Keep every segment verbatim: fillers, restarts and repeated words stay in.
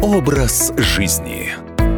Образ жизни.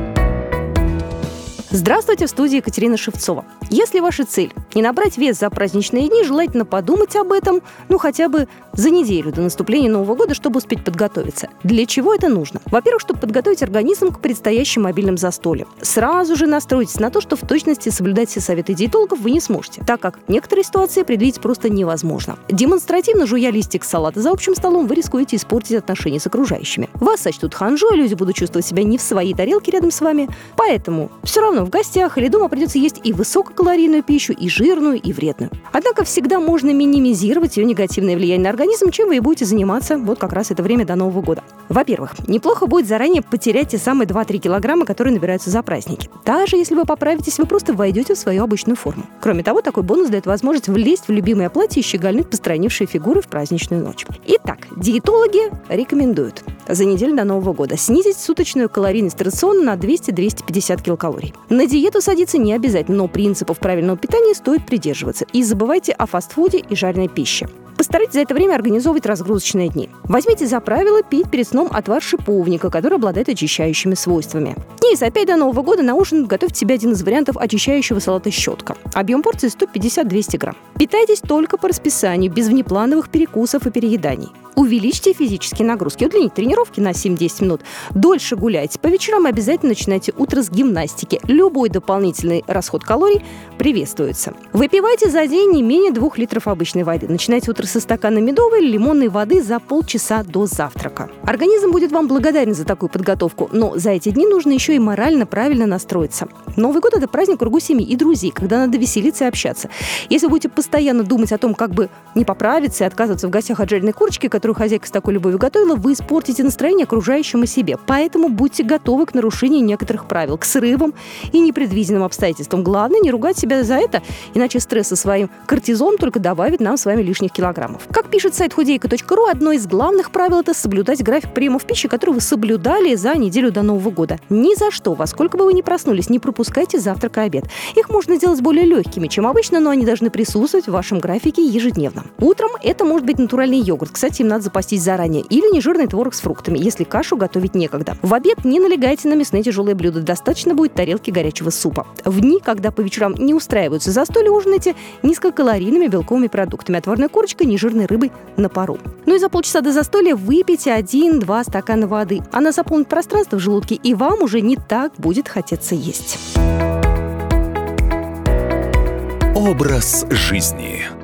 Здравствуйте, в студии Екатерина Шевцова. Если ваша цель не набрать вес за праздничные дни, желательно подумать об этом, ну, хотя бы за неделю до наступления Нового года, чтобы успеть подготовиться. Для чего это нужно? Во-первых, чтобы подготовить организм к предстоящим обильным застольям. Сразу же настройтесь на то, что в точности соблюдать все советы диетологов вы не сможете, так как некоторые ситуации предвидеть просто невозможно. Демонстративно жуя листик салата за общим столом, вы рискуете испортить отношения с окружающими. Вас сочтут ханжой, люди будут чувствовать себя не в своей тарелке рядом с вами, поэтому все равно в гостях или дома придется есть и высококалорийную пищу, и жирную, и вредную. Однако всегда можно минимизировать ее негативное влияние на организм, чем вы и будете заниматься вот как раз это время до Нового года. Во-первых, неплохо будет заранее потерять те самые два-три килограмма, которые набираются за праздники. Даже если вы поправитесь, вы просто войдете в свою обычную форму. Кроме того, такой бонус дает возможность влезть в любимое платье и щегольнуть постранившие фигуры в праздничную ночь. Итак, диетологи рекомендуют за неделю до Нового года снизить суточную калорийность рациона на двести-двести пятьдесят килокалорий. На диету садиться не обязательно, но принципов правильного питания стоит придерживаться. И забывайте о фастфуде и жареной пище. Постарайтесь за это время организовывать разгрузочные дни. Возьмите за правило пить перед сном отвар шиповника, который обладает очищающими свойствами. И опять до Нового года на ужин готовьте себе один из вариантов очищающего салата щетка. Объем порции сто пятьдесят-двести грамм. Питайтесь только по расписанию, без внеплановых перекусов и перееданий. Увеличьте физические нагрузки, удлините тренировки на семь-десять минут. Дольше гуляйте. По вечерам обязательно начинайте утро с гимнастики. Любой дополнительный расход калорий приветствуется. Выпивайте за день не менее двух литров обычной воды. Начинайте утро со стакана медовой или лимонной воды за полчаса до завтрака. Организм будет вам благодарен за такую подготовку, но за эти дни нужно еще и морально правильно настроиться. Новый год – это праздник в кругу семьи и друзей, когда надо веселиться и общаться. Если вы будете постоянно думать о том, как бы не поправиться и отказываться в гостях от жареной курочки, которую хозяйка с такой любовью готовила, вы испортите настроение окружающим и себе. Поэтому будьте готовы к нарушению некоторых правил, к срывам и непредвиденным обстоятельствам. Главное, не ругать себя за это, иначе стресс со своим кортизоном только добавит нам с вами лишних килограммов. Как пишет сайт худейка точка ру, одно из главных правил – это соблюдать график приемов пищи, который вы соблюдали за неделю до Нового года. Ни за что, во сколько бы вы ни проснулись, не пропускайте завтрак и обед. Их можно сделать более легкими, чем обычно, но они должны присутствовать в вашем графике ежедневно. Утром это может быть натуральный йогурт. Кстати, им надо запастись заранее. Или нежирный творог с фруктами, если кашу готовить некогда. В обед не налегайте на мясные тяжелые блюда. Достаточно будет тарелки горячего супа. В дни, когда по вечерам не устраиваются застолья, ужинайте низкокалорийными белковыми продуктами. Отварной курочкой, нежирной рыбой на пару. Ну и за полчаса до застолья выпейте один-два стакана воды. Она заполнит пространство в желудке, и вам уже не так будет хотеться есть. Образ жизни.